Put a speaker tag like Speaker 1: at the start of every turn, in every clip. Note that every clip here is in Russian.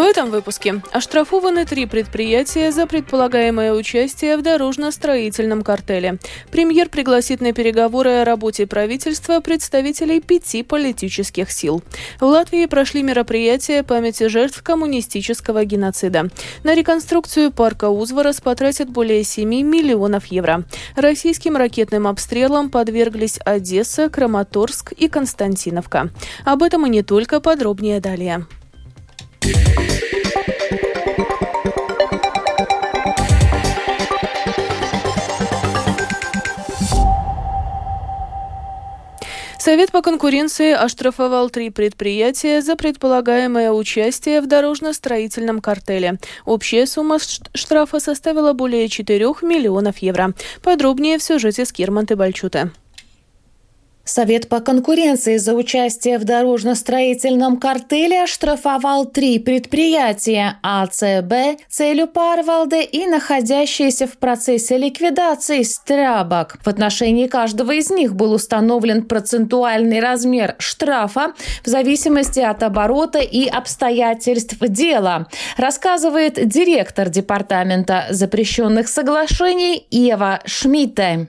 Speaker 1: этом выпуске оштрафованы 3 предприятия за предполагаемое участие в дорожно-строительном картеле. Премьер пригласит на переговоры о работе правительства представителей 5 политических сил. В Латвии прошли мероприятия памяти жертв коммунистического геноцида. На реконструкцию парка Узварас потратят более 7 миллионов евро. Российским ракетным обстрелам подверглись Одесса, Краматорск и Константиновка. Об этом и не только, подробнее далее. Совет по конкуренции оштрафовал 3 предприятия за предполагаемое участие в дорожно-строительном картеле. Общая сумма штрафа составила более 4 миллионов евро. Подробнее в сюжете с Кирманты Бальчуте.
Speaker 2: Совет по конкуренции за участие в дорожно-строительном картеле оштрафовал 3 предприятия – АЦБ, Целю Парвалде и находящиеся в процессе ликвидации Страбак. В отношении каждого из них был установлен процентуальный размер штрафа в зависимости от оборота и обстоятельств дела, рассказывает директор департамента запрещенных соглашений Ева Шмидте.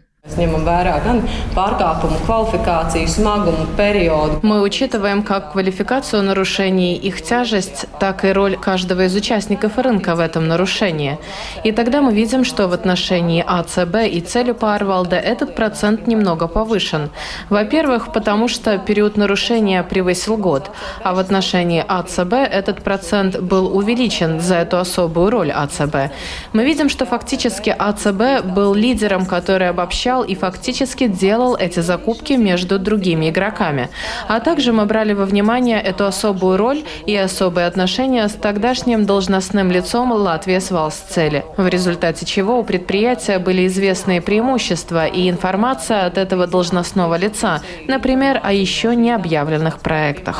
Speaker 3: Мы учитываем как квалификацию нарушений, их тяжесть, так и роль каждого из участников рынка в этом нарушении. И тогда мы видим, что в отношении АЦБ и Целю Парвалде этот процент немного повышен. Во-первых, потому что период нарушения превысил год, а в отношении АЦБ этот процент был увеличен за эту особую роль АЦБ. Мы видим, что фактически АЦБ был лидером, который обобщал и фактически делал эти закупки между другими игроками. А также мы брали во внимание эту особую роль и особые отношения с тогдашним должностным лицом Латвijas Valsts Ceļi, в результате чего у предприятия были известные преимущества и информация от этого должностного лица, например, о еще не объявленных проектах.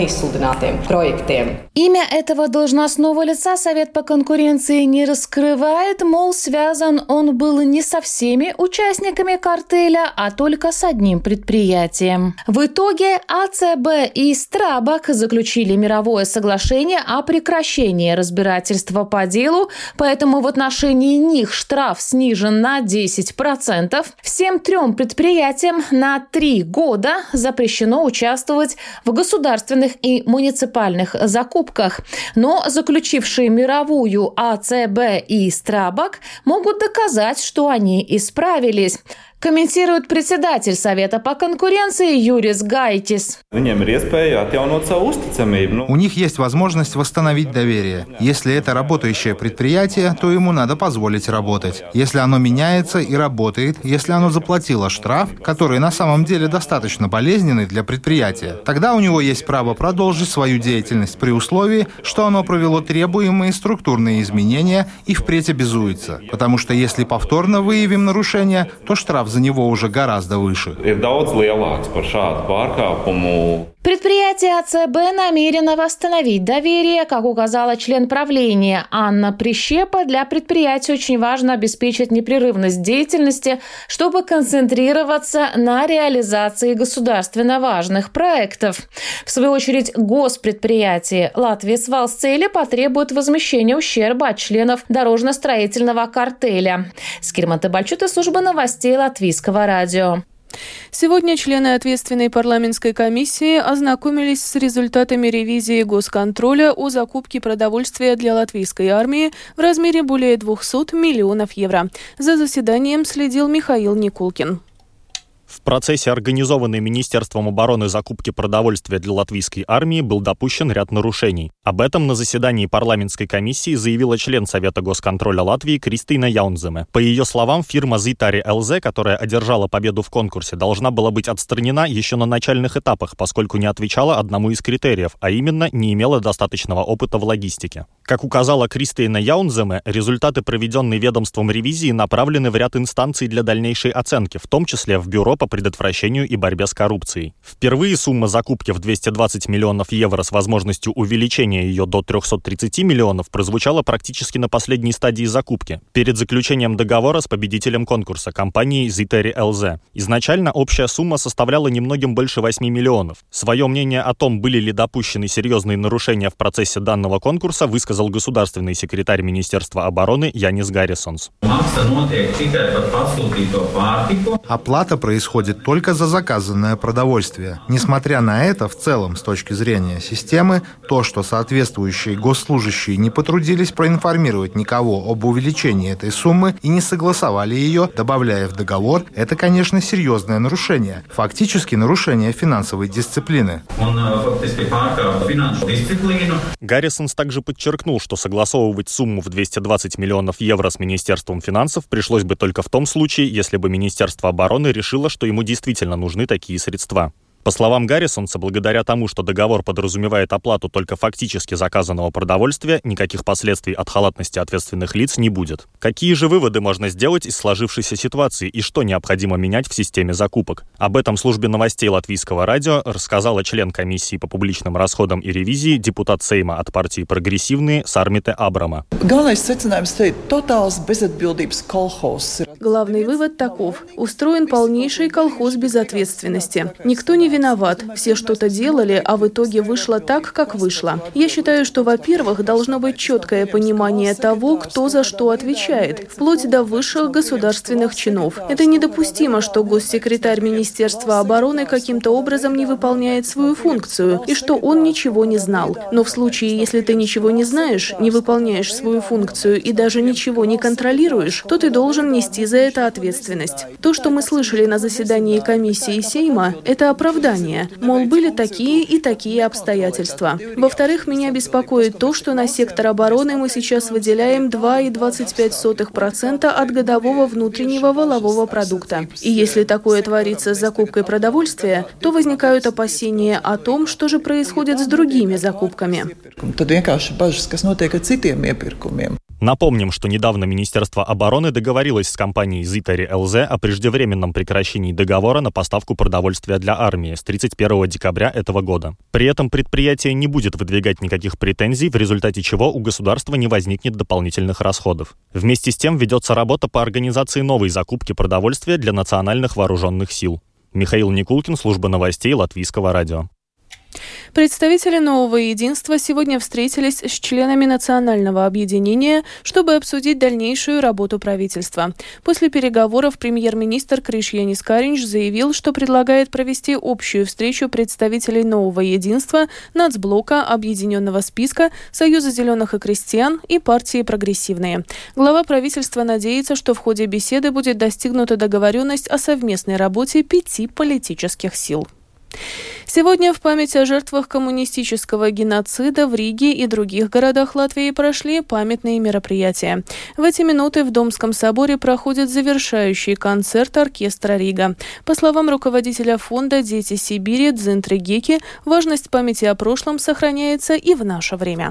Speaker 2: Имя этого должностного лица Совет по конкуренции не раскрывает, мол, связан он был не со всеми участниками картеля, а только с одним предприятием. В итоге АЦБ и Страбак заключили мировое соглашение о прекращении разбирательства по делу, поэтому в отношении них штраф снижен на 10%. Всем 3 предприятиям на 3 года запрещено участвовать в государственных и муниципальных закупках. Но заключившие мировую АЦБ и Страбак могут доказать, что они исправились. Комментирует председатель Совета по конкуренции Юрис Гайтис.
Speaker 4: У них есть возможность восстановить доверие. Если это работающее предприятие, то ему надо позволить работать. Если оно меняется и работает, если оно заплатило штраф, который на самом деле достаточно болезненный для предприятия, тогда у него есть право продолжить свою деятельность при условии, что оно провело требуемые структурные изменения и впредь обязуется. Потому что если повторно выявим нарушение, то штраф за него уже гораздо выше.
Speaker 2: Предприятие АЦБ намерено восстановить доверие. Как указала член правления Анна Прищепа, для предприятия очень важно обеспечить непрерывность деятельности, чтобы концентрироваться на реализации государственно важных проектов. В свою очередь, госпредприятие Латвijas Valsts Ceļi потребует возмещения ущерба от членов дорожно-строительного картеля. С Кирманты Бальчуте, служба новостей Латвийского радио.
Speaker 1: Сегодня члены ответственной парламентской комиссии ознакомились с результатами ревизии госконтроля о закупке продовольствия для латвийской армии в размере более 200 миллионов евро. За заседанием следил Михаил Никулкин.
Speaker 5: В процессе организованной Министерством обороны закупки продовольствия для латвийской армии был допущен ряд нарушений. Об этом на заседании парламентской комиссии заявила член Совета госконтроля Латвии Кристина Яунземе. По ее словам, фирма Zitari LZ, которая одержала победу в конкурсе, должна была быть отстранена еще на начальных этапах, поскольку не отвечала одному из критериев, а именно не имела достаточного опыта в логистике. Как указала Кристина Яунземе, результаты проведенной ведомством ревизии направлены в ряд инстанций для дальнейшей оценки, в том числе в Бюро по предотвращению и борьбе с коррупцией. Впервые сумма закупки в 220 миллионов евро с возможностью увеличения ее до 330 миллионов прозвучала практически на последней стадии закупки, перед заключением договора с победителем конкурса, компанией Ziteri LZ. Изначально общая сумма составляла немногим больше 8 миллионов. Свое мнение о том, были ли допущены серьезные нарушения в процессе данного конкурса, высказал государственный секретарь Министерства обороны Янис Гаррисонс.
Speaker 4: Оплата происходит только за заказанное продовольствие. Несмотря на это, в целом, с точки зрения системы, то, что соответствующие госслужащие не потрудились проинформировать никого об увеличении этой суммы и не согласовали ее, добавляя в договор, это, конечно, серьезное нарушение. Фактически нарушение финансовой дисциплины.
Speaker 5: Гаррисонс также подчеркнул, что согласовывать сумму в 220 миллионов евро с Министерством финансов пришлось бы только в том случае, если бы Министерство обороны решило, что ему действительно нужны такие средства. По словам Гаррисонса, благодаря тому, что договор подразумевает оплату только фактически заказанного продовольствия, никаких последствий от халатности ответственных лиц не будет. Какие же выводы можно сделать из сложившейся ситуации и что необходимо менять в системе закупок? Об этом службе новостей Латвийского радио рассказала член комиссии по публичным расходам и ревизии, депутат Сейма от партии «Прогрессивные» Сармите Абрама.
Speaker 1: Главный вывод таков. Устроен полнейший колхоз безответственности. Никто не виноват. Все что-то делали, а в итоге вышло так, как вышло. Я считаю, что, во-первых, должно быть четкое понимание того, кто за что отвечает, вплоть до высших государственных чинов. Это недопустимо, что госсекретарь Министерства обороны каким-то образом не выполняет свою функцию, и что он ничего не знал. Но в случае, если ты ничего не знаешь, не выполняешь свою функцию и даже ничего не контролируешь, то ты должен нести за это ответственность. То, что мы слышали на заседании комиссии Сейма, это оправдание. Мол, были такие и такие обстоятельства. Во-вторых, меня беспокоит то, что на сектор обороны мы сейчас выделяем 2,25% от годового внутреннего валового продукта. И если такое творится с закупкой продовольствия, то возникают опасения о том, что же происходит с другими закупками.
Speaker 5: Напомним, что недавно Министерство обороны договорилось с компанией Ziteri LZ о преждевременном прекращении договора на поставку продовольствия для армии с 31 декабря этого года. При этом предприятие не будет выдвигать никаких претензий, в результате чего у государства не возникнет дополнительных расходов. Вместе с тем ведется работа по организации новой закупки продовольствия для национальных вооруженных сил. Михаил Никулкин, служба новостей Латвийского радио.
Speaker 1: Представители Нового единства сегодня встретились с членами национального объединения, чтобы обсудить дальнейшую работу правительства. После переговоров премьер-министр Кришьянис Каринч заявил, что предлагает провести общую встречу представителей Нового единства, Нацблока, Объединенного списка, Союза зеленых и крестьян и партии «Прогрессивные». Глава правительства надеется, что в ходе беседы будет достигнута договоренность о совместной работе 5 политических сил. Сегодня в память о жертвах коммунистического геноцида в Риге и других городах Латвии прошли памятные мероприятия. В эти минуты в Домском соборе проходит завершающий концерт оркестра Рига. По словам руководителя фонда «Дети Сибири» Дзинтри Геки, важность памяти о прошлом сохраняется и в наше время.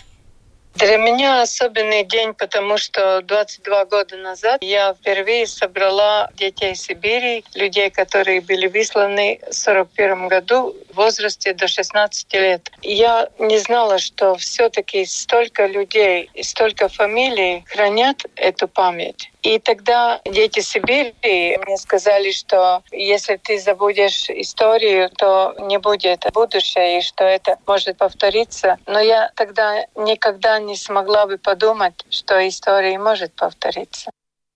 Speaker 6: Для меня особенный день, потому что 22 года назад я впервые собрала детей Сибири, людей, которые были высланы в 1941 году в возрасте до 16 лет. Я не знала, что все-таки столько людей и столько фамилий хранят эту память. И тогда дети Сибири мне сказали, что если ты забудешь историю, то не будет будущего, и что это может повториться. Но я тогда никогда не смогла бы подумать, что история может повториться.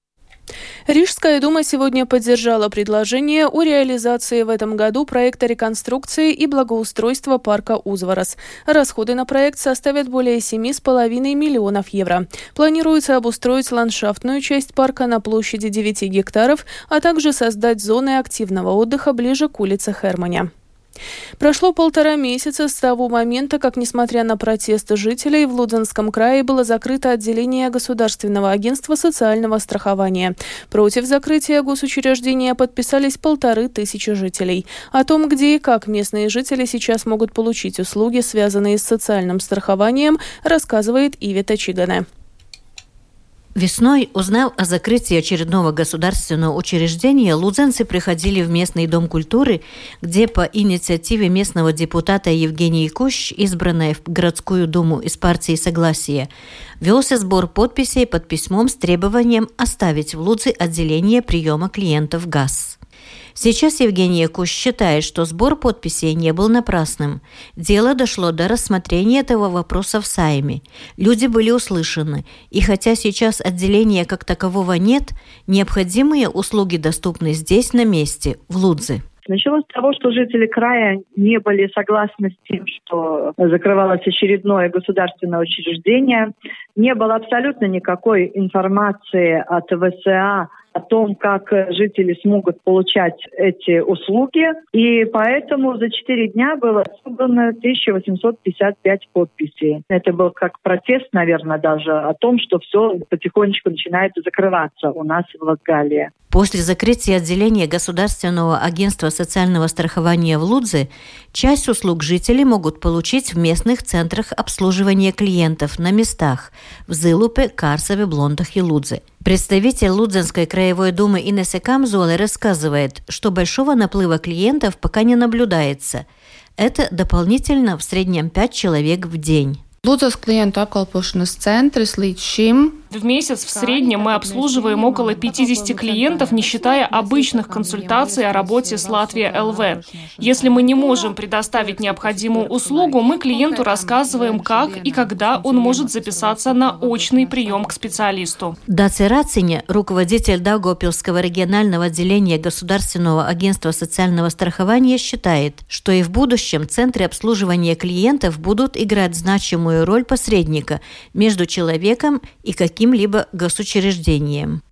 Speaker 1: Рижская дума сегодня поддержала предложение о реализации в этом году проекта реконструкции и благоустройства парка Узварас. Расходы на проект составят более 7,5 миллионов евро. Планируется обустроить ландшафтную часть парка на площади 9 гектаров, а также создать зоны активного отдыха ближе к улице Херманя. Прошло 1,5 месяца с того момента, как, несмотря на протесты жителей, в Лудзенском крае было закрыто отделение Государственного агентства социального страхования. Против закрытия госучреждения подписались 1500 жителей. О том, где и как местные жители сейчас могут получить услуги, связанные с социальным страхованием, рассказывает Ивета Чигане.
Speaker 7: Весной, узнав о закрытии очередного государственного учреждения, лудзенцы приходили в местный дом культуры, где по инициативе местного депутата Евгении Кущ, избранной в городскую думу из партии «Согласие», велся сбор подписей под письмом с требованием оставить в Лудзе отделение приема клиентов ГАЗ. Сейчас Евгения Кущ считает, что сбор подписей не был напрасным. Дело дошло до рассмотрения этого вопроса в Сайме. Люди были услышаны. И хотя сейчас отделения как такового нет, необходимые услуги доступны здесь, на месте, в Лудзе.
Speaker 8: Началось с того, что жители края не были согласны с тем, что закрывалось очередное государственное учреждение. Не было абсолютно никакой информации от ВСА о том, как жители смогут получать эти услуги. И поэтому за 4 дня было собрано 1855 подписей. Это был как протест, наверное, даже о том, что все потихонечку начинает закрываться у нас в Латгалии.
Speaker 7: После закрытия отделения Государственного агентства социального страхования в Лудзе часть услуг жители могут получить в местных центрах обслуживания клиентов на местах в Зылупе, Карсове, Блондах и Лудзе. Представитель Лудзенской краевой думы Инесса Камзоле рассказывает, что большого наплыва клиентов пока не наблюдается. Это дополнительно в среднем 5 человек в день.
Speaker 9: Лудзas klientu apkalpošanas centrs līdz šim.
Speaker 10: В месяц в среднем мы обслуживаем около 50 клиентов, не считая обычных консультаций о работе с Латвия ЛВ. Если мы не можем предоставить необходимую услугу, мы клиенту рассказываем, как и когда он может записаться на очный прием к специалисту.
Speaker 7: Даце Рацине, руководитель Даугавпилского регионального отделения Государственного агентства социального страхования, считает, что и в будущем центры обслуживания клиентов будут играть значимую роль посредника между человеком и каким-либо госучреждением.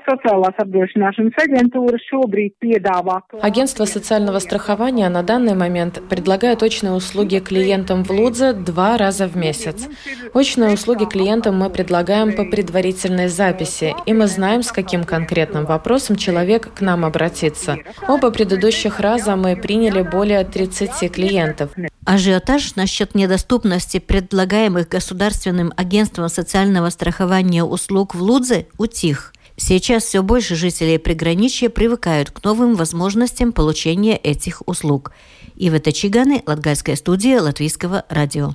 Speaker 11: Агентство социального страхования на данный момент предлагает очные услуги клиентам в Лудзе 2 раза в месяц. Очные услуги клиентам мы предлагаем по предварительной записи, и мы знаем, с каким конкретным вопросом человек к нам обратится. Оба предыдущих раза мы приняли более 30 клиентов.
Speaker 7: Ажиотаж насчет недоступности предлагаемых Государственным агентством социального страхования услуг в Лудзе утих. Сейчас все больше жителей приграничья привыкают к новым возможностям получения этих услуг. Ивета Чиганы, Латгальская студия Латвийского радио.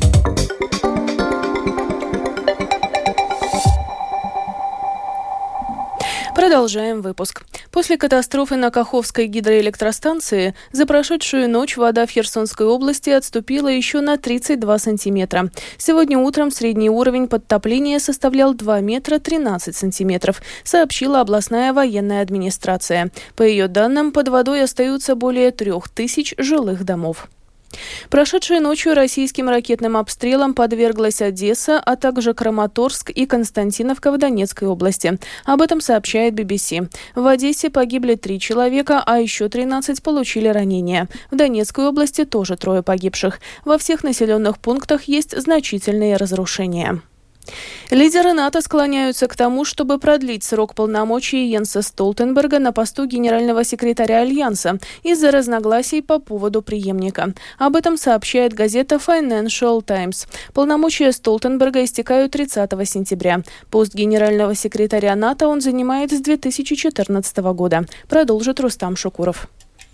Speaker 1: Продолжаем выпуск. После катастрофы на Каховской гидроэлектростанции за прошедшую ночь вода в Херсонской области отступила еще на 32 сантиметра. Сегодня утром средний уровень подтопления составлял 2 метра 13 сантиметров, сообщила областная военная администрация. По ее данным, под водой остаются более 3000 жилых домов. Прошедшей ночью российским ракетным обстрелам подверглась Одесса, а также Краматорск и Константиновка в Донецкой области. Об этом сообщает BBC. В Одессе погибли 3 человека, а еще 13 получили ранения. В Донецкой области тоже 3 погибших. Во всех населенных пунктах есть значительные разрушения. Лидеры НАТО склоняются к тому, чтобы продлить срок полномочий Йенса Столтенберга на посту генерального секретаря Альянса из-за разногласий по поводу преемника. Об этом сообщает газета Financial Times. Полномочия Столтенберга истекают 30 сентября. Пост генерального секретаря НАТО он занимает с 2014 года. Продолжит Рустам Шукуров.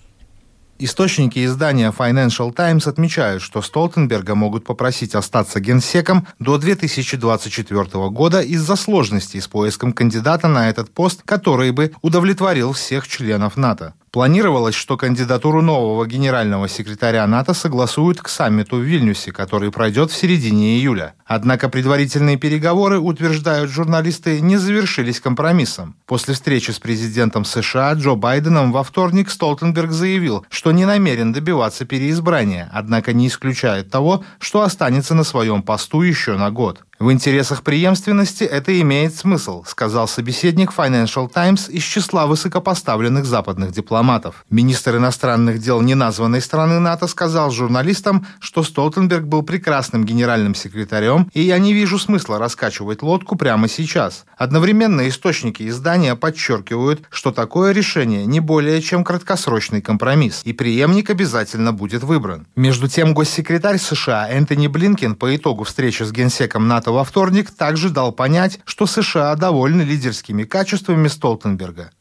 Speaker 4: Источники издания Financial Times отмечают, что Столтенберга могут попросить остаться генсеком до 2024 года из-за сложностей с поиском кандидата на этот пост, который бы удовлетворил всех членов НАТО. Планировалось, что кандидатуру нового генерального секретаря НАТО согласуют к саммиту в Вильнюсе, который пройдет в середине июля. Однако предварительные переговоры, утверждают журналисты, не завершились компромиссом. После встречи с президентом США Джо Байденом во вторник Столтенберг заявил, что не намерен добиваться переизбрания, однако не исключает того, что останется на своем посту еще на год. В интересах преемственности это имеет смысл, сказал собеседник Financial Times из числа высокопоставленных западных дипломатов. Министр иностранных дел неназванной страны НАТО сказал журналистам, что Столтенберг был прекрасным генеральным секретарем, и я не вижу смысла раскачивать лодку прямо сейчас. Одновременно источники издания подчеркивают, что такое решение не более чем краткосрочный компромисс, и преемник обязательно будет выбран. Между тем, госсекретарь США Энтони Блинкен по итогу встречи с генсеком НАТО НАТО во вторник также дал понять, что США довольны лидерскими качествами Столтенберга.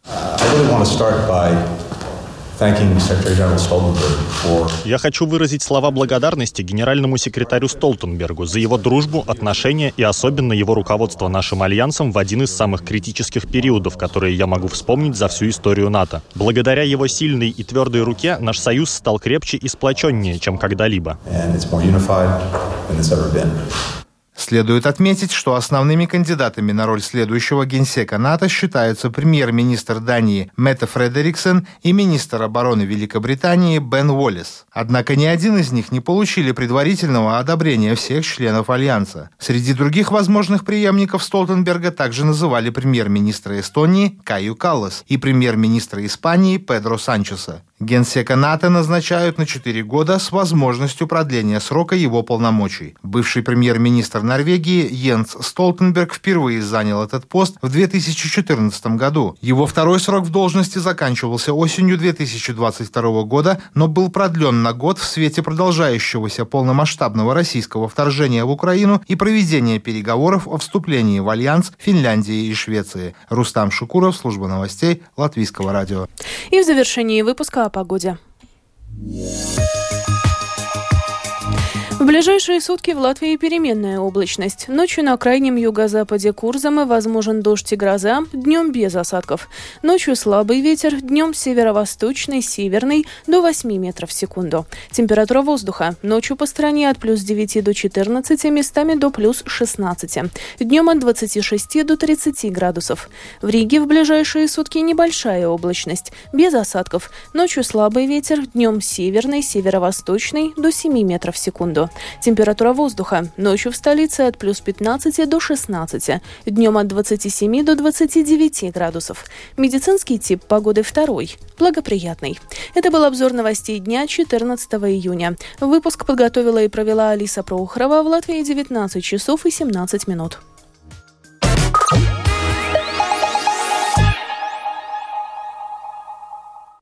Speaker 5: Я хочу выразить слова благодарности генеральному секретарю Столтенбергу за его дружбу, отношения и особенно его руководство нашим альянсом в один из самых критических периодов, которые я могу вспомнить за всю историю НАТО. Благодаря его сильной и твердой руке наш союз стал крепче и сплоченнее, чем когда-либо.
Speaker 4: Следует отметить, что основными кандидатами на роль следующего генсека НАТО считаются премьер-министр Дании Метте Фредериксен и министр обороны Великобритании Бен Уоллес. Однако ни один из них не получили предварительного одобрения всех членов Альянса. Среди других возможных преемников Столтенберга также называли премьер-министра Эстонии Каю Каллас и премьер-министра Испании Педро Санчеса. Генсека НАТО назначают на 4 года с возможностью продления срока его полномочий. Бывший премьер-министр Норвегии Йенс Столтенберг впервые занял этот пост в 2014 году. Его второй срок в должности заканчивался осенью 2022 года, но был продлен на год в свете продолжающегося полномасштабного российского вторжения в Украину и проведения переговоров о вступлении в Альянс Финляндии и Швеции. Рустам Шукуров, служба новостей Латвийского радио.
Speaker 1: И в завершении выпуска о погоде. В ближайшие сутки в Латвии переменная облачность. Ночью на крайнем юго-западе Курзамы возможен дождь и гроза, днем без осадков. Ночью слабый ветер, днем северо-восточный, северный до 8 метров в секунду. Температура воздуха. Ночью по стране от плюс 9 до 14, местами до плюс 16. Днем от 26 до 30 градусов. В Риге в ближайшие сутки небольшая облачность, без осадков. Ночью слабый ветер, днем северный, северо-восточный до 7 метров в секунду. Температура воздуха. Ночью в столице от плюс 15 до 16. Днем от 27 до 29 градусов. Медицинский тип погоды второй. Благоприятный. Это был обзор новостей дня 14 июня. Выпуск подготовила и провела Алиса Прохорова. В Латвии 19 часов и 17 минут.